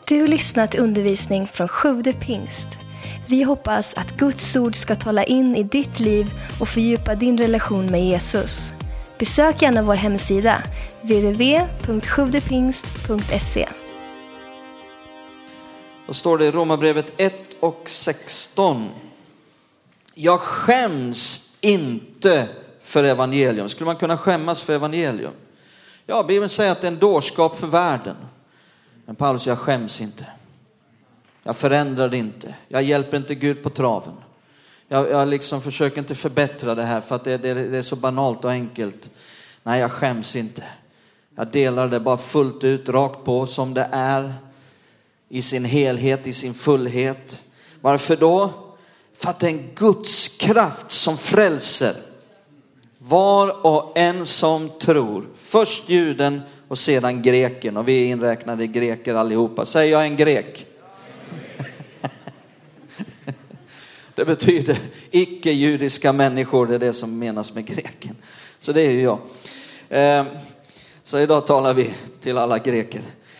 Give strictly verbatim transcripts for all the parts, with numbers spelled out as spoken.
Du har lyssnat till undervisning från Sjude Pingst. Vi hoppas att Guds ord ska tala in i ditt liv och fördjupa din relation med Jesus. Besök gärna vår hemsida w w w punkt sjuvdepingst punkt se. Då står det i Romarbrevet ett och sexton. Jag skäms inte för evangelium. Skulle man kunna skämmas för evangelium? Ja, Bibeln säger att det är en dårskap för världen. Men Paulus, jag skäms inte. Jag förändrar det inte. Jag hjälper inte Gud på traven. Jag, jag liksom försöker inte förbättra det här för att det, det, det är så banalt och enkelt. Nej, jag skäms inte. Jag delar det bara fullt ut, rakt på som det är. I sin helhet, i sin fullhet. Varför då? För att det är en Guds kraft som frälser. Var och en som tror. Först juden och sedan greken. Och vi är inräknade greker allihopa. Säger jag en grek? Det betyder icke-judiska människor. Det är det som menas med greken. Så det är ju jag. Så idag talar vi till alla greker.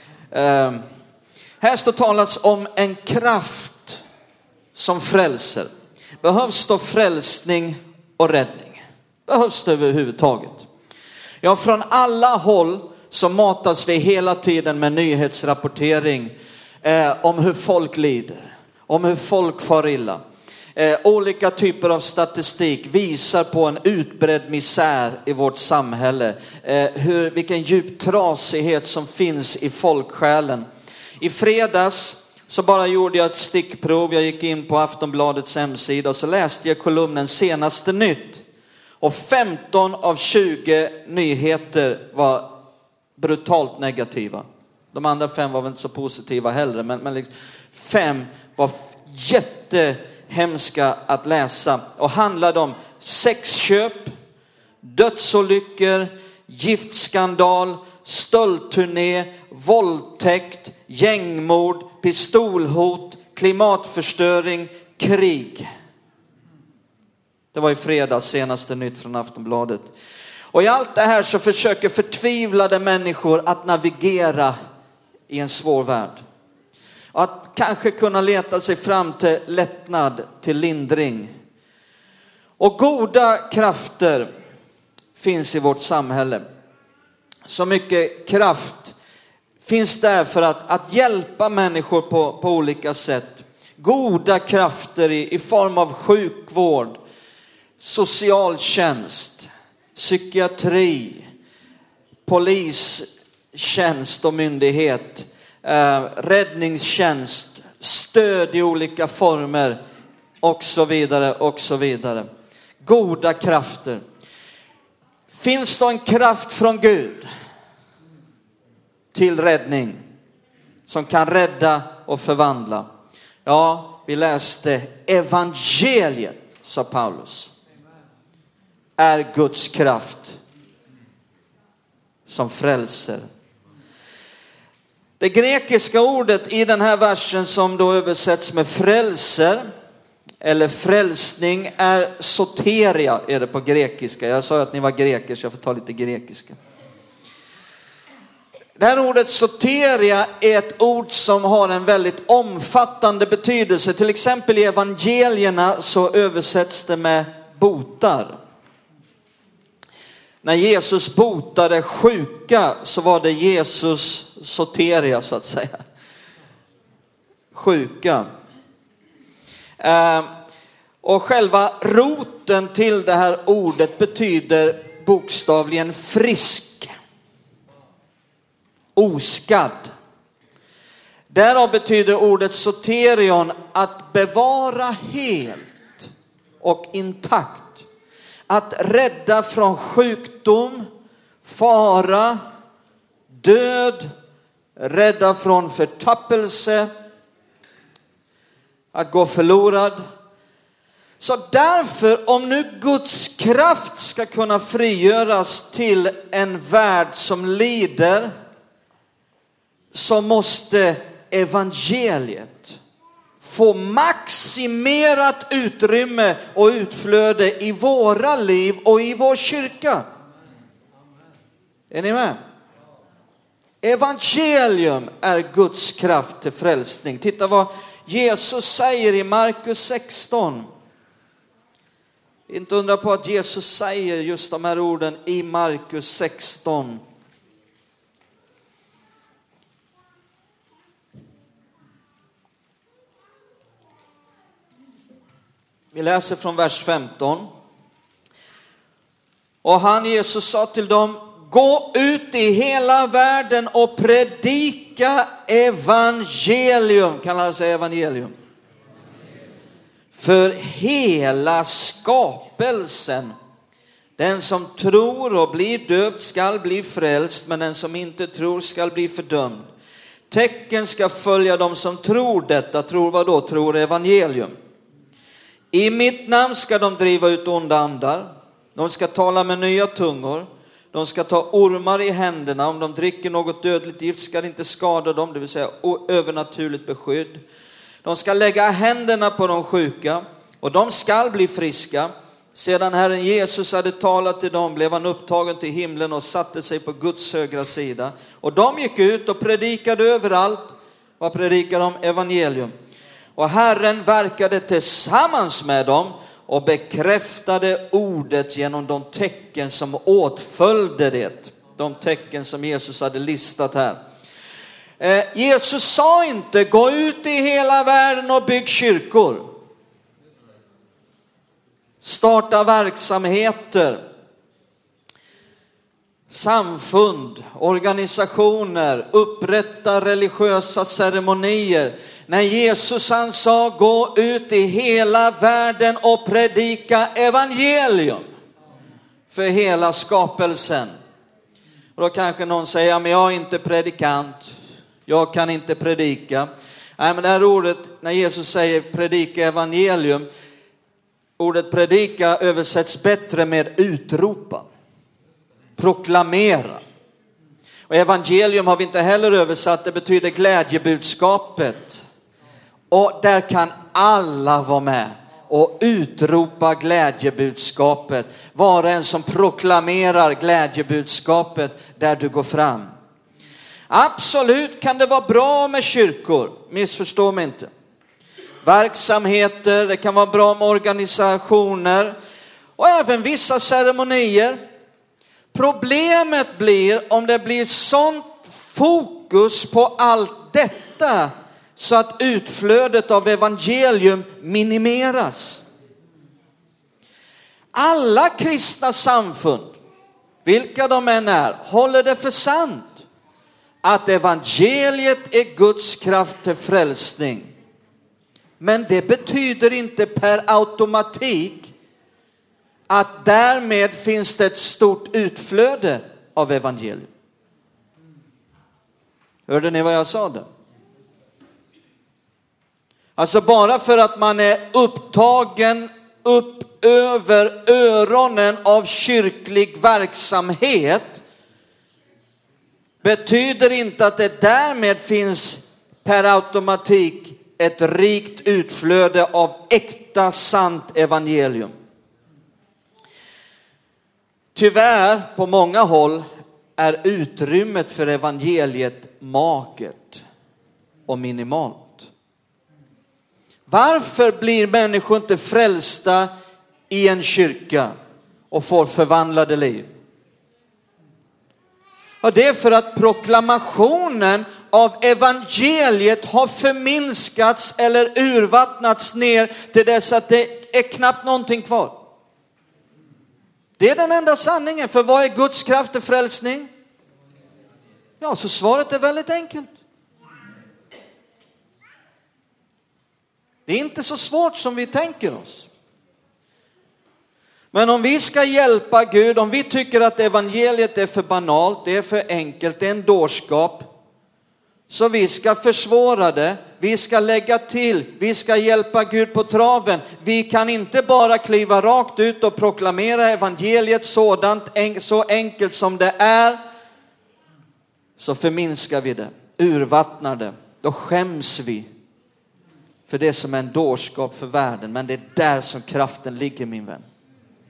Här står talas om en kraft som frälser. Behövs då frälsning och räddning? Behövs det överhuvudtaget? Ja, från alla håll så matas vi hela tiden med nyhetsrapportering eh, om hur folk lider. Om hur folk far illa. Eh, olika typer av statistik visar på en utbredd misär i vårt samhälle. Eh, hur, vilken djup trasighet som finns i folksjälen. I fredags så bara gjorde jag ett stickprov. Jag gick in på Aftonbladets hemsida och så läste jag kolumnen Senaste nytt. Och femton av tjugo nyheter var brutalt negativa. De andra fem var väl inte så positiva heller. Men, men liksom, fem var jättehemska att läsa. Och handlade om sexköp, dödsolyckor, giftskandal, stöldturné, våldtäkt, gängmord, pistolhot, klimatförstöring, krig. Det var i fredags Senaste nytt från Aftonbladet. Och i allt det här så försöker förtvivlade människor att navigera i en svår värld. Och att kanske kunna leta sig fram till lättnad, till lindring. Och goda krafter finns i vårt samhälle. Så mycket kraft finns där för att, att hjälpa människor på, på olika sätt. Goda krafter i, i form av sjukvård, socialtjänst, psykiatri, polistjänst och myndighet, eh, räddningstjänst, stöd i olika former och så vidare och så vidare. Goda krafter. Finns det en kraft från Gud till räddning som kan rädda och förvandla? Ja, vi läste evangeliet, sa Paulus, är Guds kraft som frälser. Det grekiska ordet i den här versen som då översätts med frälser eller frälsning är soteria, är det på grekiska. Jag sa att ni var greker så jag får ta lite grekiska. Det här ordet soteria är ett ord som har en väldigt omfattande betydelse. Till exempel i evangelierna så översätts det med botar. När Jesus botade sjuka så var det Jesus soteria så att säga. Sjuka. Och själva roten till det här ordet betyder bokstavligen frisk. Oskadd. Därav betyder ordet soterion att bevara helt och intakt. Att rädda från sjukdom, fara, död, rädda från förtappelse, att gå förlorad. Så därför, om nu Guds kraft ska kunna frigöras till en värld som lider, så måste evangeliet få maximerat utrymme och utflöde i våra liv och i vår kyrka. Är ni med? Evangelium är Guds kraft till frälsning. Titta vad Jesus säger i Markus sexton. Inte undra på att Jesus säger just de här orden i Markus sexton. Vi läser från vers femton. Och han, Jesus, sa till dem: gå ut i hela världen och predika evangelium. Kan alla säga evangelium? För hela skapelsen. Den som tror och blir döpt skall bli frälst, men den som inte tror skall bli fördömd. Tecken ska följa dem som tror detta. Tror vad då? Tror evangelium. I mitt namn ska de driva ut onda andar. De ska tala med nya tungor. De ska ta ormar i händerna. Om de dricker något dödligt gift ska det inte skada dem, det vill säga övernaturligt beskydd. De ska lägga händerna på de sjuka och de ska bli friska. Sedan Herren Jesus hade talat till dem blev han upptagen till himlen och satte sig på Guds högra sida. Och de gick ut och predikade överallt. Vad predikade de? Evangelium. Och Herren verkade tillsammans med dem och bekräftade ordet genom de tecken som åtföljde det. De tecken som Jesus hade listat här. Eh, Jesus sa inte: gå ut i hela världen och bygg kyrkor. Starta verksamheter. Samfund, organisationer, upprätta religiösa ceremonier. När Jesus han sa: gå ut i hela världen och predika evangelium för hela skapelsen. Och då kanske någon säger: ja, men jag är inte predikant, jag kan inte predika. Nej, men det här ordet, när Jesus säger predika evangelium, ordet predika översätts bättre med utropa, proklamera. Och evangelium har vi inte heller översatt, det betyder glädjebudskapet. Och där kan alla vara med och utropa glädjebudskapet. Var en som proklamerar glädjebudskapet där du går fram. Absolut kan det vara bra med kyrkor, missförstå mig inte. Verksamheter, det kan vara bra med organisationer och även vissa ceremonier. Problemet blir om det blir sånt fokus på allt detta så att utflödet av evangelium minimeras. Alla kristna samfund, vilka de än är, håller det för sant att evangeliet är Guds kraft till frälsning. Men det betyder inte per automatik att därmed finns det ett stort utflöde av evangelium. Hörde ni vad jag sa där? Alltså bara för att man är upptagen upp över öronen av kyrklig verksamhet betyder inte att det därmed finns per automatik ett rikt utflöde av äkta sant evangelium. Tyvärr på många håll är utrymmet för evangeliet magert och minimalt. Varför blir människor inte frälsta i en kyrka och får förvandlade liv? Ja, det är för att proklamationen av evangeliet har förminskats eller urvattnats ner till dess att det är knappt någonting kvar. Det är den enda sanningen. För vad är Guds kraft till frälsning? Ja, så svaret är väldigt enkelt. Det är inte så svårt som vi tänker oss. Men om vi ska hjälpa Gud, om vi tycker att evangeliet är för banalt, det är för enkelt, det är en dårskap, så vi ska försvåra det, vi ska lägga till, vi ska hjälpa Gud på traven. Vi kan inte bara kliva rakt ut och proklamera evangeliet sådant, så enkelt som det är, så förminskar vi det, urvattnar det, då skäms vi för det som är en dårskap för världen. Men det är där som kraften ligger, min vän.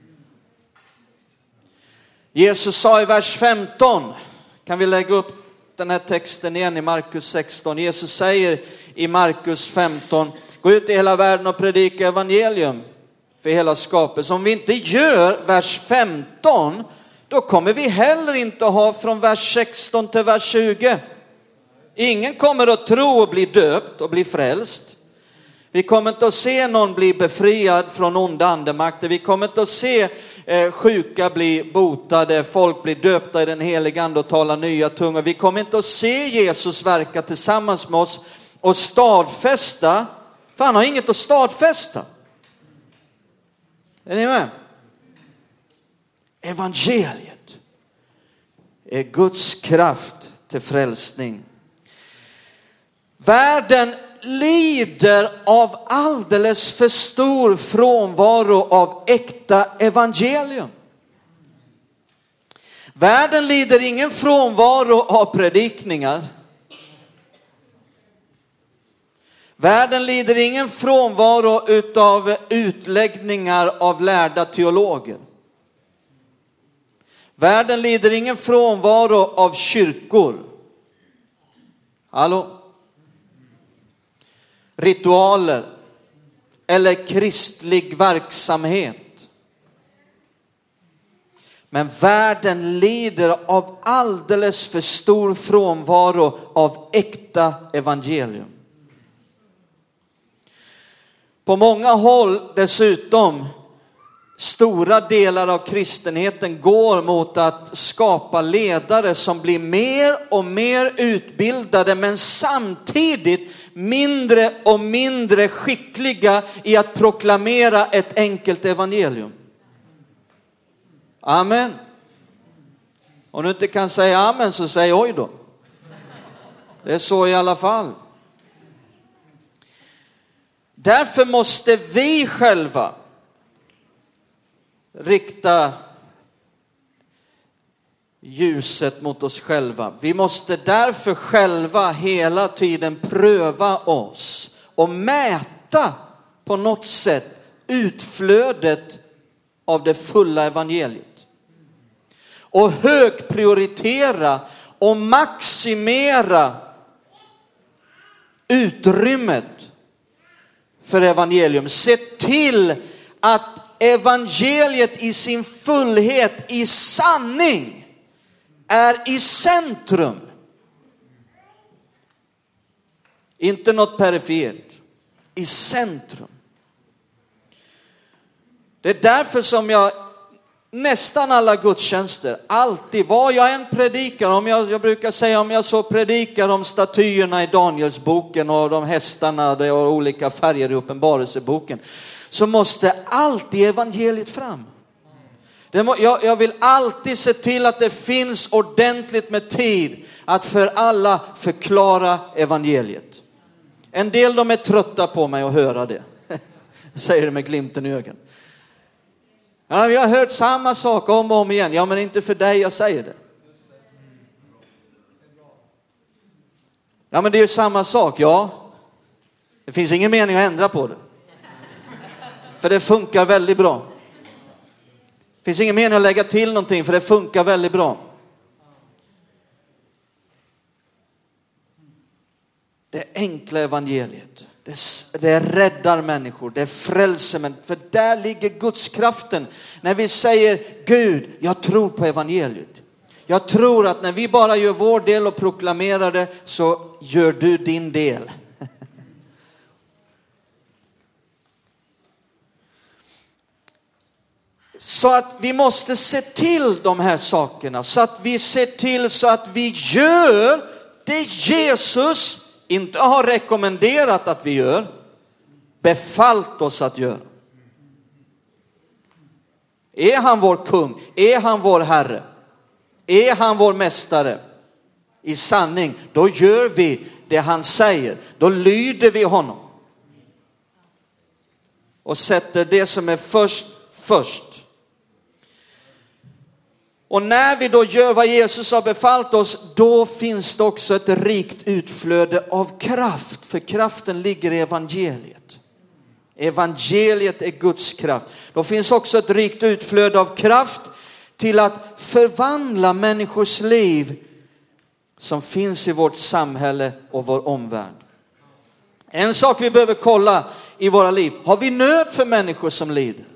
Jesus sa i vers femton, kan vi lägga upp den här texten igen i Markus sexton. Jesus säger i Markus femton, gå ut i hela världen och predika evangelium för hela skapelsen. Om vi inte gör vers femton, då kommer vi heller inte ha från vers sexton till vers tjugo. Ingen kommer att tro och bli döpt och bli frälst. Vi kommer inte att se någon bli befriad från onda andemakter. Vi kommer inte att se eh, sjuka bli botade, folk bli döpta i den heliga ande och tala nya tungor. Vi kommer inte att se Jesus verka tillsammans med oss och stadfästa, för han har inget att stadfästa. Är ni med? Evangeliet är Guds kraft till frälsning. Världen lider av alldeles för stor frånvaro av äkta evangelium. Världen lider ingen frånvaro av predikningar. Världen lider ingen frånvaro utav utläggningar av lärda teologer. Världen lider ingen frånvaro av kyrkor. Hallå? Ritualer eller kristlig verksamhet. Men världen lider av alldeles för stor frånvaro av äkta evangelium. På många håll dessutom, stora delar av kristenheten går mot att skapa ledare som blir mer och mer utbildade, men samtidigt mindre och mindre skickliga i att proklamera ett enkelt evangelium. Amen. Om du inte kan säga amen, så säg oj då. Det är så i alla fall. Därför måste vi själva rikta ljuset mot oss själva. Vi måste därför själva hela tiden pröva oss och mäta på något sätt utflödet av det fulla evangeliet. Och högprioritera och maximera utrymmet för evangelium. Se till att evangeliet i sin fullhet, i sanning, är i centrum. Inte något perifert. I centrum. Det är därför som jag nästan alla gudstjänster, alltid, vad jag än predikar om, jag, jag brukar säga om jag så predikar om statyerna i Danielsboken och de hästarna, det och olika färger i Uppenbarelseboken, så måste alltid evangeliet fram. Det må, jag, jag vill alltid se till att det finns ordentligt med tid att för alla förklara evangeliet. En del de är trötta på mig att höra det. Säger det med glimten i ögat. Ja, jag har hört samma sak om och om igen. Ja, men inte för dig jag säger det. Ja, men det är ju samma sak. Ja, det finns ingen mening att ändra på det. För det funkar väldigt bra. Det finns ingen mening att lägga till någonting, för det funkar väldigt bra. Det enkla evangeliet. Det, det räddar människor. Det frälser människor. För där ligger Guds kraften. När vi säger Gud, jag tror på evangeliet. Jag tror att när vi bara gör vår del och proklamerar det, så gör du din del. Så att vi måste se till de här sakerna. Så att vi ser till så att vi gör det Jesus inte har rekommenderat att vi gör, befallt oss att göra. Är han vår kung? Är han vår herre? Är han vår mästare? I sanning, då gör vi det han säger. Då lyder vi honom. Och sätter det som är först, först. Och när vi då gör vad Jesus har befallt oss, då finns det också ett rikt utflöde av kraft. För kraften ligger i evangeliet. Evangeliet är Guds kraft. Då finns också ett rikt utflöde av kraft till att förvandla människors liv som finns i vårt samhälle och vår omvärld. En sak vi behöver kolla i våra liv. Har vi nöd för människor som lider?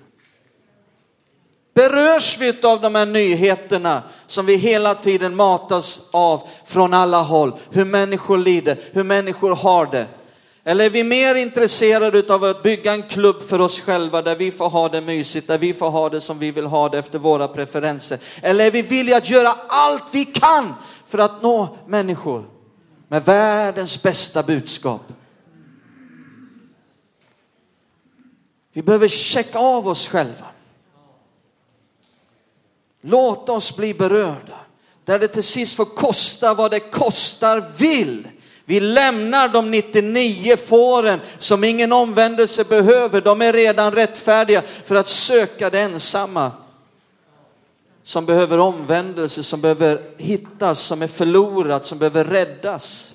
Berörs vi av de här nyheterna som vi hela tiden matas av från alla håll? Hur människor lider, hur människor har det. Eller är vi mer intresserade av att bygga en klubb för oss själva där vi får ha det mysigt, där vi får ha det som vi vill ha det efter våra preferenser? Eller är vi villiga att göra allt vi kan för att nå människor med världens bästa budskap? Vi behöver checka av oss själva. Låt oss bli berörda. Där det till sist får kosta vad det kostar vill. Vi lämnar de nittionio fåren som ingen omvändelse behöver. De är redan rättfärdiga för att söka det ensamma. Som behöver omvändelse, som behöver hittas, som är förlorat, som behöver räddas.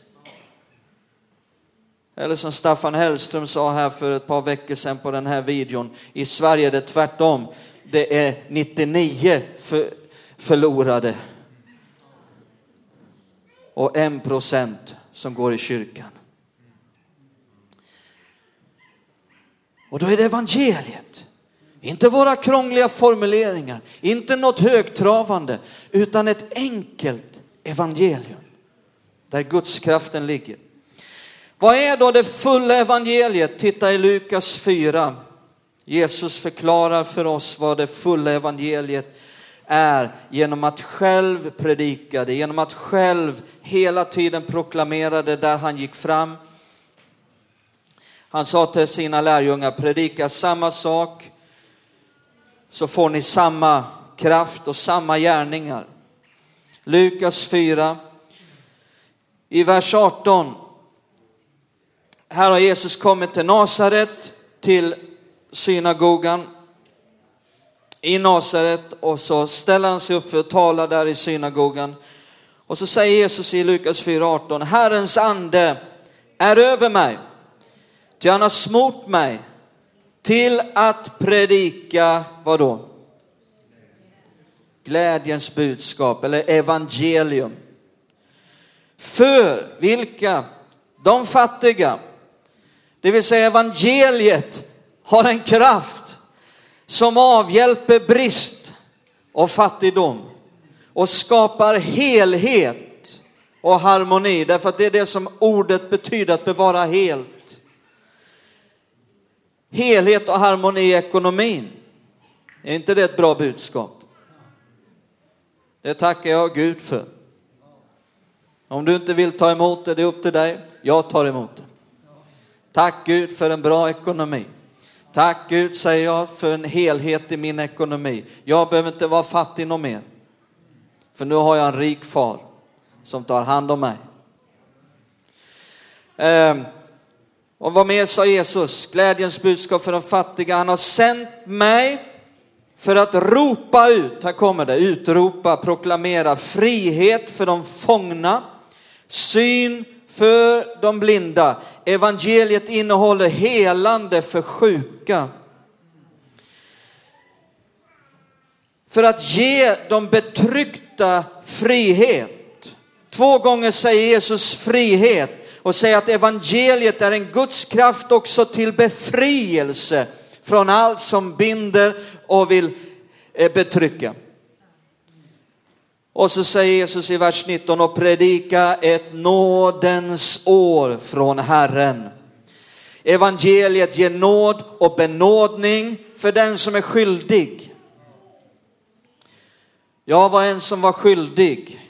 Eller som Staffan Hellström sa här för ett par veckor sedan på den här videon. I Sverige är det tvärtom. Det är nittionio för, förlorade. Och en procent som går i kyrkan. Och då är det evangeliet. Inte våra krångliga formuleringar. Inte något högtravande. Utan ett enkelt evangelium. Där Guds kraften ligger. Vad är då det fulla evangeliet? Titta i Lukas fyra. Jesus förklarar för oss vad det fulla evangeliet är genom att själv predika det, genom att själv hela tiden proklamera det där han gick fram. Han sa till sina lärjungar, predika samma sak så får ni samma kraft och samma gärningar. Lukas fyra i vers arton. Här har Jesus kommit till Nasaret, till synagogan i Nasaret, och så ställer han sig upp för att tala där i synagogan. Och så säger Jesus i Lukas fyra arton, Herrens ande är över mig, ty han har smort mig till att predika, vad då? Glädjens budskap eller evangelium. För vilka? De fattiga. Det vill säga evangeliet har en kraft som avhjälper brist och fattigdom och skapar helhet och harmoni. Därför att det är det som ordet betyder, att bevara helt. Helhet och harmoni i ekonomin. Är inte det ett bra budskap? Det tackar jag Gud för. Om du inte vill ta emot det, det är upp till dig. Jag tar emot det. Tack Gud för en bra ekonomi. Tack Gud, säger jag, för en helhet i min ekonomi. Jag behöver inte vara fattig någon mer. För nu har jag en rik far som tar hand om mig. Ehm, och vad mer sa Jesus? Glädjens budskap för de fattiga. Han har sänt mig för att ropa ut. Här kommer det. Utropa, proklamera frihet för de fångna. Syn för de blinda. Evangeliet innehåller helande för sjuka. För att ge de betryckta frihet. Två gånger säger Jesus frihet. Och säger att evangeliet är en Guds kraft också till befrielse. Från allt som binder och vill betrycka. Och så säger Jesus i vers nitton, och predika ett nådens år från Herren. Evangeliet ger nåd och benådning för den som är skyldig. Jag var en som var skyldig.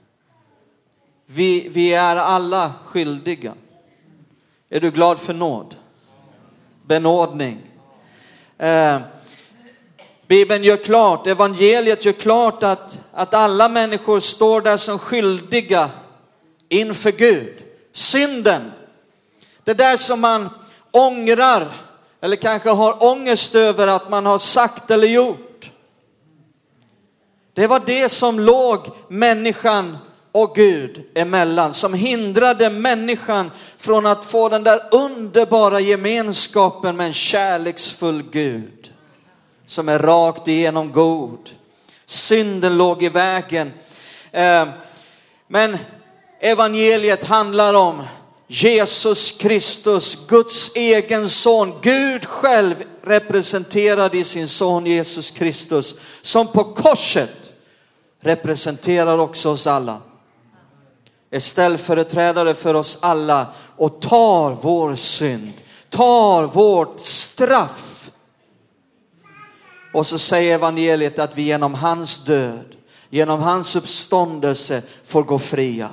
Vi, vi är alla skyldiga. Är du glad för nåd? Benådning. Eh, Bibeln gör klart, evangeliet gör klart att, att alla människor står där som skyldiga inför Gud. Synden, det där som man ångrar eller kanske har ångest över att man har sagt eller gjort. Det var det som låg människan och Gud emellan, som hindrade människan från att få den där underbara gemenskapen med en kärleksfull Gud. Som är rakt igenom god. Synden låg i vägen. Men evangeliet handlar om Jesus Kristus, Guds egen son. Gud själv representerad i sin son Jesus Kristus, som på korset representerar också oss alla. Är ställföreträdare för oss alla och tar vår synd, tar vårt straff. Och så säger evangeliet att vi genom hans död, genom hans uppståndelse får gå fria.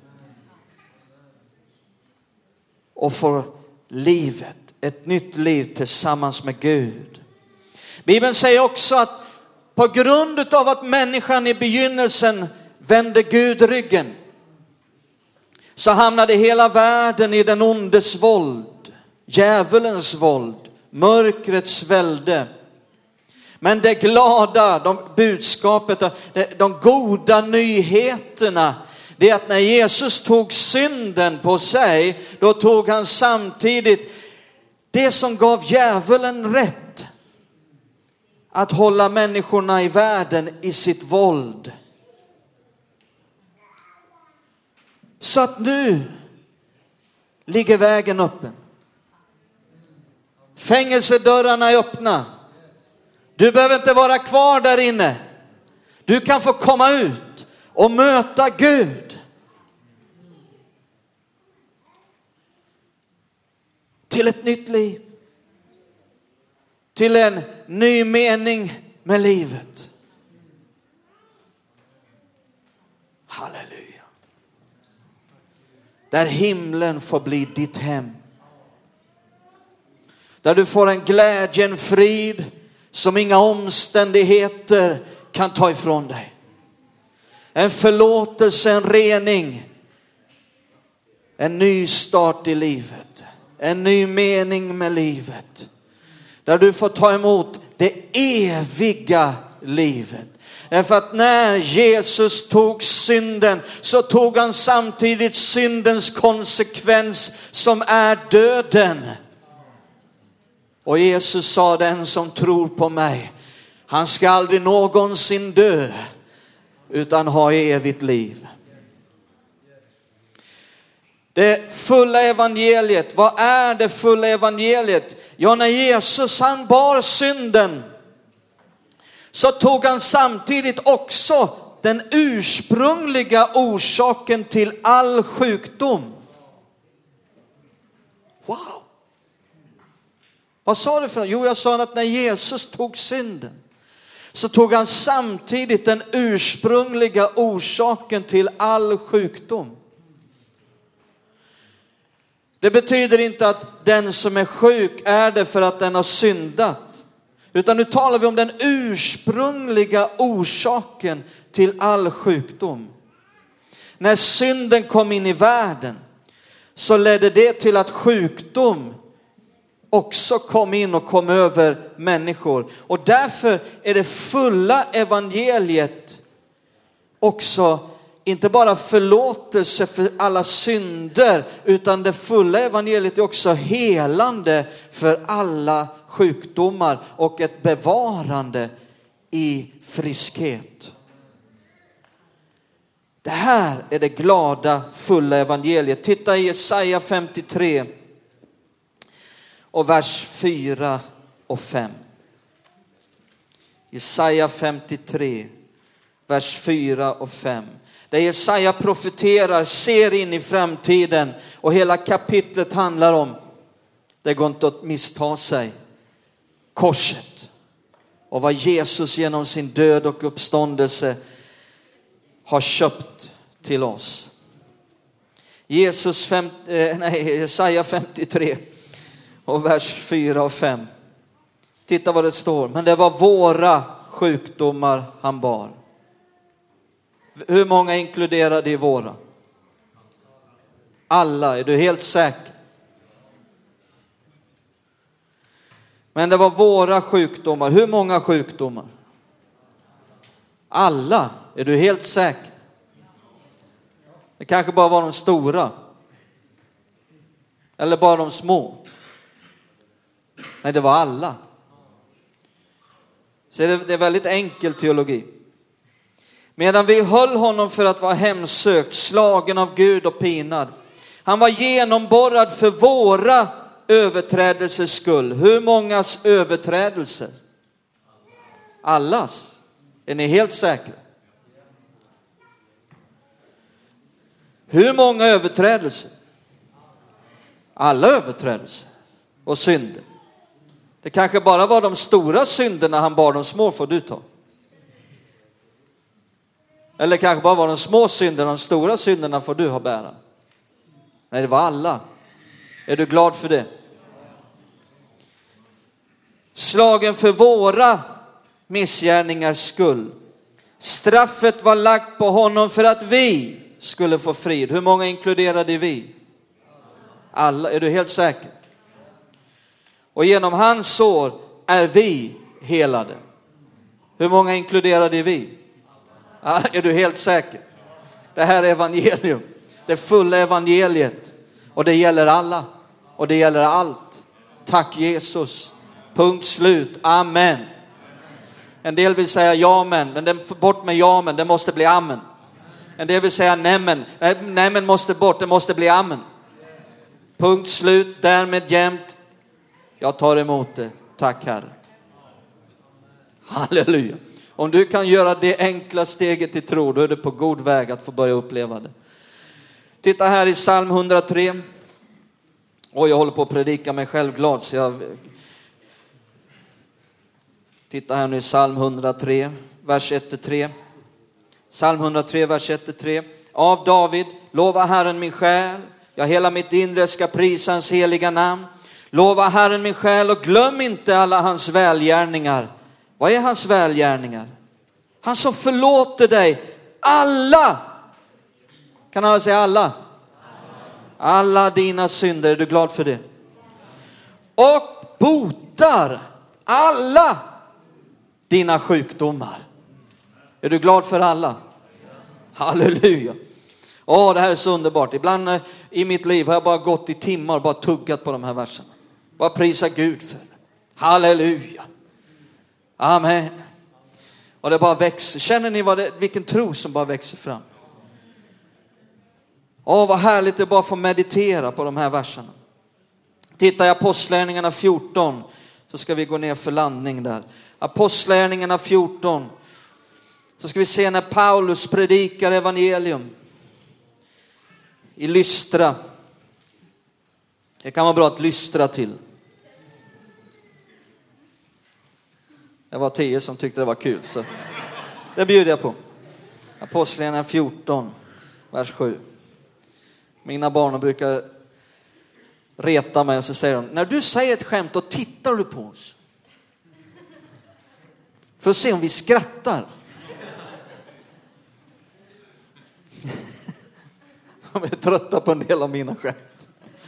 Och får livet, ett nytt liv tillsammans med Gud. Bibeln säger också att på grund av att människan i begynnelsen vände Gud ryggen, så hamnade hela världen i den ondes våld, djävulens våld, mörkrets välde. Men det glada, de budskapet, de, de goda nyheterna, det är att när Jesus tog synden på sig, då tog han samtidigt det som gav djävulen rätt att hålla människorna i världen i sitt våld. Så att nu ligger vägen öppen. Fängelsedörrarna är öppna. Du behöver inte vara kvar där inne. Du kan få komma ut och möta Gud. Till ett nytt liv. Till en ny mening med livet. Halleluja. Där himlen får bli ditt hem. Där du får en glädje, en frid som inga omständigheter kan ta ifrån dig. En förlåtelse, en rening. En ny start i livet. En ny mening med livet. Där du får ta emot det eviga livet. Därför att när Jesus tog synden, så tog han samtidigt syndens konsekvens, som är döden. Och Jesus sa, den som tror på mig, han ska aldrig någonsin dö, utan ha evigt liv. Det fulla evangeliet, vad är det fulla evangeliet? Ja, när Jesus han bar synden, så tog han samtidigt också den ursprungliga orsaken till all sjukdom. Wow! Vad sa du för något? Jo, jag sa att när Jesus tog synden, så tog han samtidigt den ursprungliga orsaken till all sjukdom. Det betyder inte att den som är sjuk är det för att den har syndat. Utan nu talar vi om den ursprungliga orsaken till all sjukdom. När synden kom in i världen, så ledde det till att sjukdom också kom in och kom över människor. Och därför är det fulla evangeliet också inte bara förlåtelse för alla synder, utan det fulla evangeliet är också helande för alla sjukdomar och ett bevarande i friskhet. Det här är det glada fulla evangeliet. Titta i Jesaja femtiotre och vers fyra och fem. Jesaja femtiotre, vers fyra och fem. Där Jesaja profeterar, ser in i framtiden, och hela kapitlet handlar om, det går inte att missta sig, korset. Och vad Jesus genom sin död och uppståndelse har köpt till oss. Jesus fem, eh, nej, Jesaja femtiotre och vers fyra och fem. Titta vad det står. Men det var våra sjukdomar han bar. Hur många inkluderade i våra? Alla, är du helt säker? Men det var våra sjukdomar. Hur många sjukdomar? Alla, är du helt säker? Det kanske bara var de stora. Eller bara de små. Nej, det var alla. Så det är väldigt enkel teologi. Medan vi höll honom för att vara hemsökt, slagen av Gud och pinad. Han var genomborrad för våra överträdelsers skull. Hur mångas överträdelser? Allas. Är ni helt säkra? Hur många överträdelser? Alla överträdelser och synder. Det kanske bara var de stora synderna han bar, de små får du ta. Eller kanske bara var de små synderna, de stora synderna får du ha bära. Nej, det var alla. Är du glad för det? Slagen för våra missgärningars skull. Straffet var lagt på honom för att vi skulle få frid. Hur många inkluderade vi? Alla. Är du helt säker? Och genom hans sår är vi helade. Hur många inkluderade vi? Alla. Är du helt säker? Det här är evangelium. Det fulla evangeliet. Och det gäller alla. Och det gäller allt. Tack Jesus. Punkt slut. Amen. En del vill säga ja men. Men den, bort med ja men. Det måste bli amen. En del vill säga nej men. Nej men måste bort. Det måste bli amen. Punkt slut. Därmed jämt. Jag tar emot det. Tack Herre. Halleluja. Om du kan göra det enkla steget till tro, då är du på god väg att få börja uppleva det. Titta här i psalm hundratre. Och jag håller på att predika mig själv glad. Så jag... Titta här nu i psalm hundratre, vers ett till tre. Psalm hundratre, vers ett till tre. Av David, lova Herren min själ. Jag hela mitt inre ska prisa hans heliga namn. Lova Herren min själ och glöm inte alla hans välgärningar. Vad är hans välgärningar? Han som förlåter dig alla. Kan alla säga alla? Alla dina synder. Är du glad för det? Och botar alla dina sjukdomar. Är du glad för alla? Halleluja. Åh, det här är så underbart. Ibland i mitt liv har jag bara gått i timmar och bara tuggat på de här verserna. Bara prisa Gud för det. Halleluja. Amen. Och det bara växer. Känner ni vad det, vilken tro som bara växer fram? Åh, vad härligt det bara få meditera på de här verserna. Titta i Apostlagärningarna fjorton. Så ska vi gå ner för landning där. Apostlagärningarna fjorton. Så ska vi se när Paulus predikar evangelium. I Lystra. Det kan vara bra att lystra till. Det var tio som tyckte det var kul. Så det bjuder jag på. Apostlagärningarna fjorton. Vers sju. Mina barn brukar reta mig och så säger de. När du säger ett skämt då tittar du på oss. För att se om vi skrattar. De är trötta på en del av mina skämt.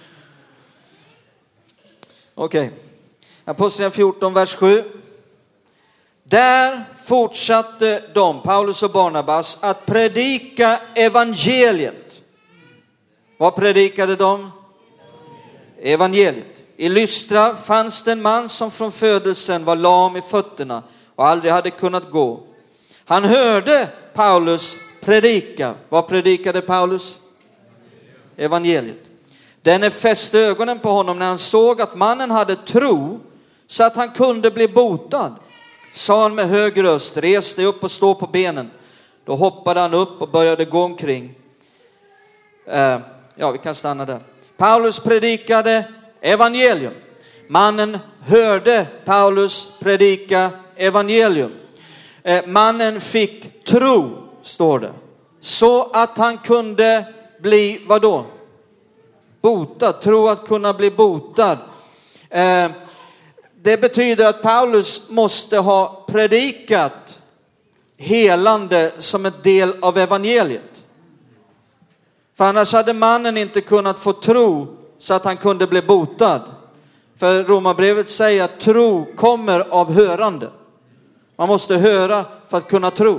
Okej. Okay. Apostlagärningarna fjorton, vers sju. Där fortsatte de, Paulus och Barnabas, att predika evangeliet. Vad predikade de? Evangeliet. I Lystra fanns det en man som från födelsen var lam i fötterna och aldrig hade kunnat gå. Han hörde Paulus predika. Vad predikade Paulus? Evangeliet. Denne fäste ögonen på honom när han såg att mannen hade tro så att han kunde bli botad. Sa han med hög röst, res dig upp och stå på benen. Då hoppade han upp och började gå omkring. Uh, ja, vi kan stanna där. Paulus predikade evangelium. Mannen hörde Paulus predika evangelium. Uh, mannen fick tro, står det. Så att han kunde bli, vad då? Botad. Tro att kunna bli botad. Uh, Det betyder att Paulus måste ha predikat helande som en del av evangeliet. För annars hade mannen inte kunnat få tro så att han kunde bli botad. För Romarbrevet säger att tro kommer av hörande. Man måste höra för att kunna tro.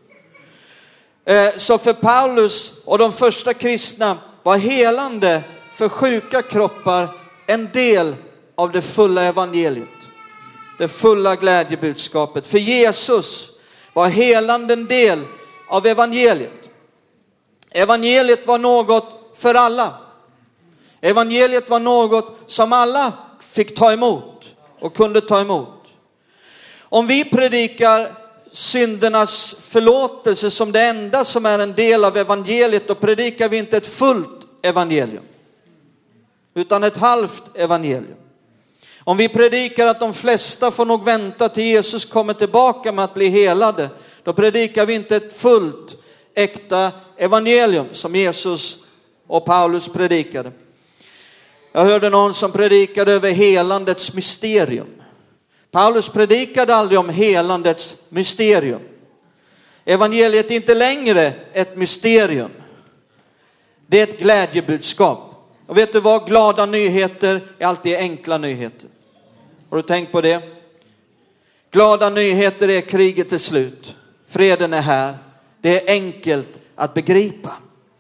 Så för Paulus och de första kristna var helande för sjuka kroppar en del av det fulla evangeliet. Det fulla glädjebudskapet. För Jesus var helande en del av evangeliet. Evangeliet var något för alla. Evangeliet var något som alla fick ta emot och kunde ta emot. Om vi predikar syndernas förlåtelse som det enda som är en del av evangeliet, då predikar vi inte ett fullt evangelium, utan ett halvt evangelium. Om vi predikar att de flesta får nog vänta till Jesus kommer tillbaka med att bli helade, då predikar vi inte ett fullt äkta evangelium som Jesus och Paulus predikade. Jag hörde någon som predikade över helandets mysterium. Paulus predikade aldrig om helandets mysterium. Evangeliet är inte längre ett mysterium. Det är ett glädjebudskap. Och vet du vad? Glada nyheter är alltid enkla nyheter. Har du tänkt på det? Glada nyheter är kriget är slut. Freden är här. Det är enkelt att begripa.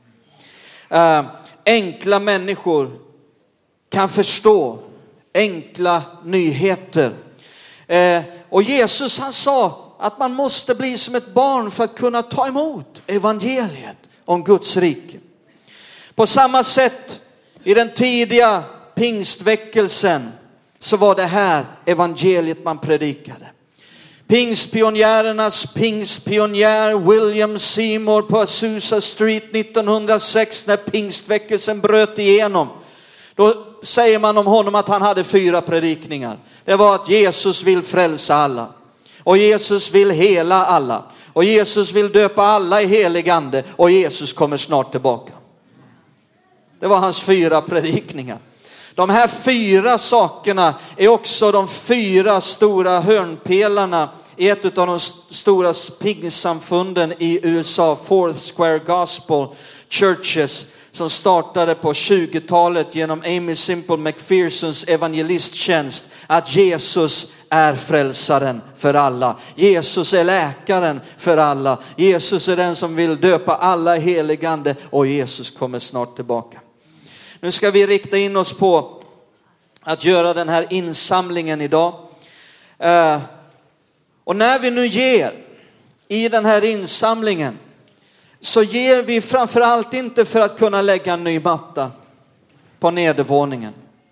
Uh, enkla människor kan förstå enkla nyheter. Uh, och Jesus han sa att man måste bli som ett barn för att kunna ta emot evangeliet om Guds rike. På samma sätt i den tidiga pingstväckelsen så var det här evangeliet man predikade. Pingstpionjärernas pingstpionjär William Seymour på Azusa Street nittonhundrasex, när pingstväckelsen bröt igenom, då säger man om honom att han hade fyra predikningar. Det var att Jesus vill frälsa alla, och Jesus vill hela alla, och Jesus vill döpa alla i helig ande, och Jesus kommer snart tillbaka. Det var hans fyra predikningar. De här fyra sakerna är också de fyra stora hörnpelarna i ett av de stora pingstsamfunden i U S A, Fourth Square Gospel Churches, som startade på tjugotalet genom Amy Simple McPhersons evangelisttjänst, att Jesus är frälsaren för alla. Jesus är läkaren för alla. Jesus är den som vill döpa alla i helig ande, och Jesus kommer snart tillbaka. Nu ska vi rikta in oss på att göra den här insamlingen idag. Uh, och när vi nu ger i den här insamlingen, så ger vi framförallt inte för att kunna lägga en ny matta på nedervåningen.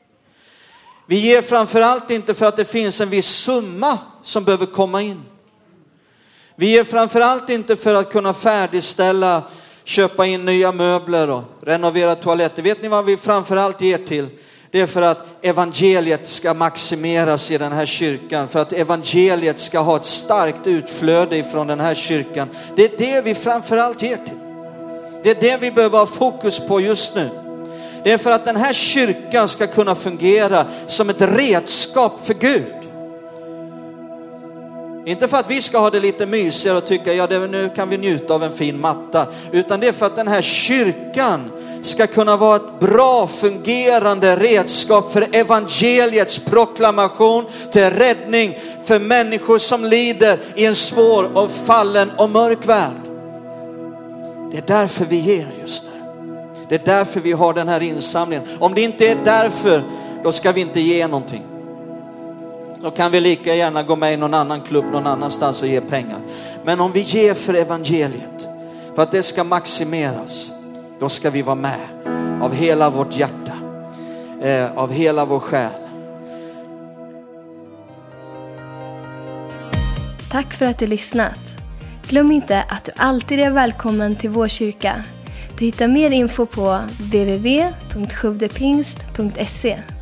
Vi ger framförallt inte för att det finns en viss summa som behöver komma in. Vi ger framförallt inte för att kunna färdigställa, köpa in nya möbler och renovera toaletter. Vet ni vad vi framförallt ger till? Det är för att evangeliet ska maximeras i den här kyrkan. För att evangeliet ska ha ett starkt utflöde ifrån den här kyrkan. Det är det vi framförallt ger till. Det är det vi behöver ha fokus på just nu. Det är för att den här kyrkan ska kunna fungera som ett redskap för Gud. Inte för att vi ska ha det lite mysigare och tycka, ja det, nu kan vi njuta av en fin matta. Utan det är för att den här kyrkan ska kunna vara ett bra fungerande redskap för evangeliets proklamation till räddning för människor som lider i en svår och fallen och mörk värld. Det är därför vi ger just nu. Det är därför vi har den här insamlingen. Om det inte är därför, då ska vi inte ge någonting. Då kan vi lika gärna gå med i någon annan klubb någon annanstans och ge pengar. Men om vi ger för evangeliet, för att det ska maximeras, då ska vi vara med av hela vårt hjärta, eh, av hela vår själ. Tack för att du lyssnat. Glöm inte att du alltid är välkommen till vår kyrka. Du hittar mer info på w w w punkt sjuvdepingst punkt se.